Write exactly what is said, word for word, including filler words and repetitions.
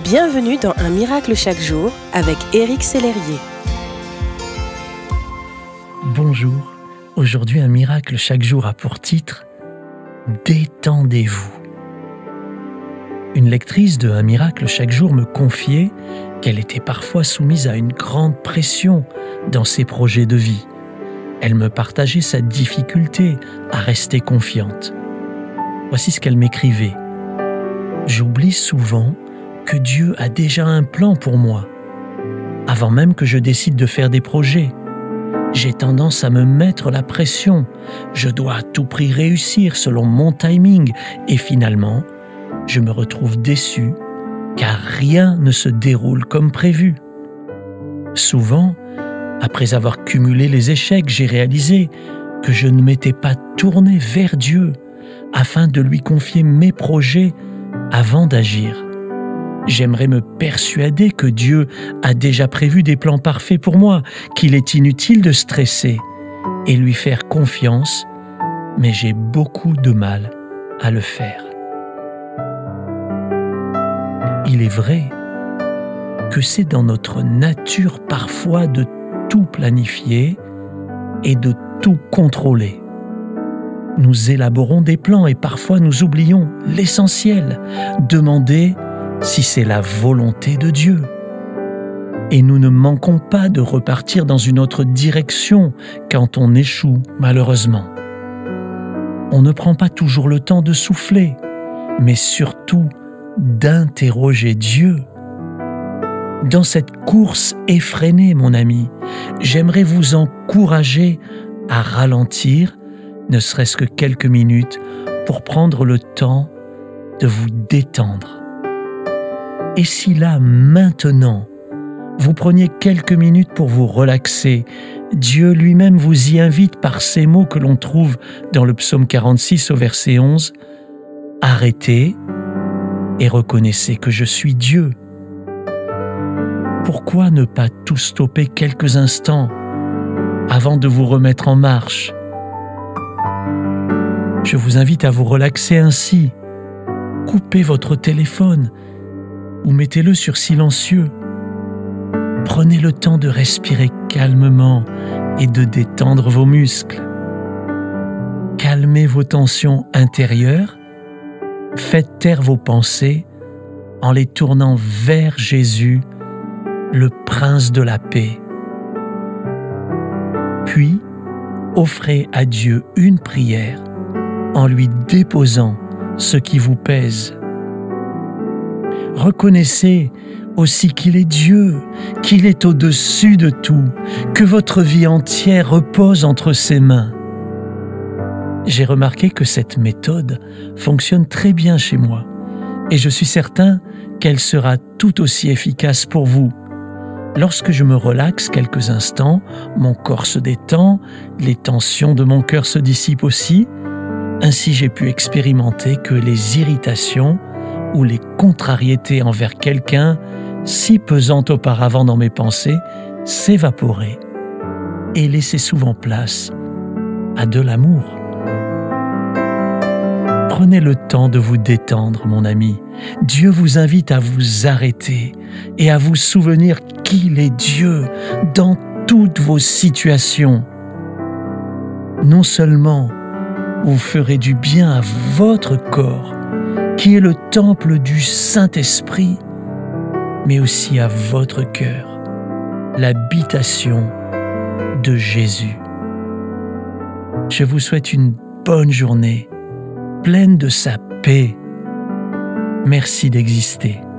Bienvenue dans Un miracle chaque jour avec Éric Sellerier. Bonjour, aujourd'hui Un miracle chaque jour a pour titre « Détendez-vous ». Une lectrice de Un miracle chaque jour me confiait qu'elle était parfois soumise à une grande pression dans ses projets de vie. Elle me partageait sa difficulté à rester confiante. Voici ce qu'elle m'écrivait. « J'oublie souvent que Dieu a déjà un plan pour moi, avant même que je décide de faire des projets. J'ai tendance à me mettre la pression. Je dois à tout prix réussir selon mon timing et finalement, je me retrouve déçu car rien ne se déroule comme prévu. Souvent, après avoir cumulé les échecs, j'ai réalisé que je ne m'étais pas tourné vers Dieu afin de lui confier mes projets avant d'agir. J'aimerais me persuader que Dieu a déjà prévu des plans parfaits pour moi, qu'il est inutile de stresser et lui faire confiance, mais j'ai beaucoup de mal à le faire. Il est vrai que c'est dans notre nature parfois de tout planifier et de tout contrôler. Nous élaborons des plans et parfois nous oublions l'essentiel, demander si c'est la volonté de Dieu. Et nous ne manquons pas de repartir dans une autre direction quand on échoue, malheureusement. On ne prend pas toujours le temps de souffler, mais surtout d'interroger Dieu. Dans cette course effrénée, mon ami, j'aimerais vous encourager à ralentir, ne serait-ce que quelques minutes, pour prendre le temps de vous détendre. Et si là, maintenant, vous preniez quelques minutes pour vous relaxer, Dieu lui-même vous y invite par ces mots que l'on trouve dans le psaume quarante-six au verset onze. « Arrêtez et reconnaissez que je suis Dieu. » Pourquoi ne pas tout stopper quelques instants avant de vous remettre en marche? Je vous invite à vous relaxer ainsi. Coupez votre téléphone ou mettez-le sur silencieux. Prenez le temps de respirer calmement et de détendre vos muscles. Calmez vos tensions intérieures. Faites taire vos pensées en les tournant vers Jésus, le Prince de la paix. Puis, offrez à Dieu une prière en lui déposant ce qui vous pèse. Reconnaissez aussi qu'il est Dieu, qu'il est au-dessus de tout, que votre vie entière repose entre ses mains. J'ai remarqué que cette méthode fonctionne très bien chez moi et je suis certain qu'elle sera tout aussi efficace pour vous. Lorsque je me relaxe quelques instants, mon corps se détend, les tensions de mon cœur se dissipent aussi. Ainsi, j'ai pu expérimenter que les irritations ou les contrariétés envers quelqu'un, si pesantes auparavant dans mes pensées, s'évaporaient et laissaient souvent place à de l'amour. Prenez le temps de vous détendre, mon ami. Dieu vous invite à vous arrêter et à vous souvenir qu'il est Dieu dans toutes vos situations. Non seulement vous ferez du bien à votre corps, qui est le temple du Saint-Esprit, mais aussi à votre cœur, l'habitation de Jésus. Je vous souhaite une bonne journée, pleine de sa paix. Merci d'exister.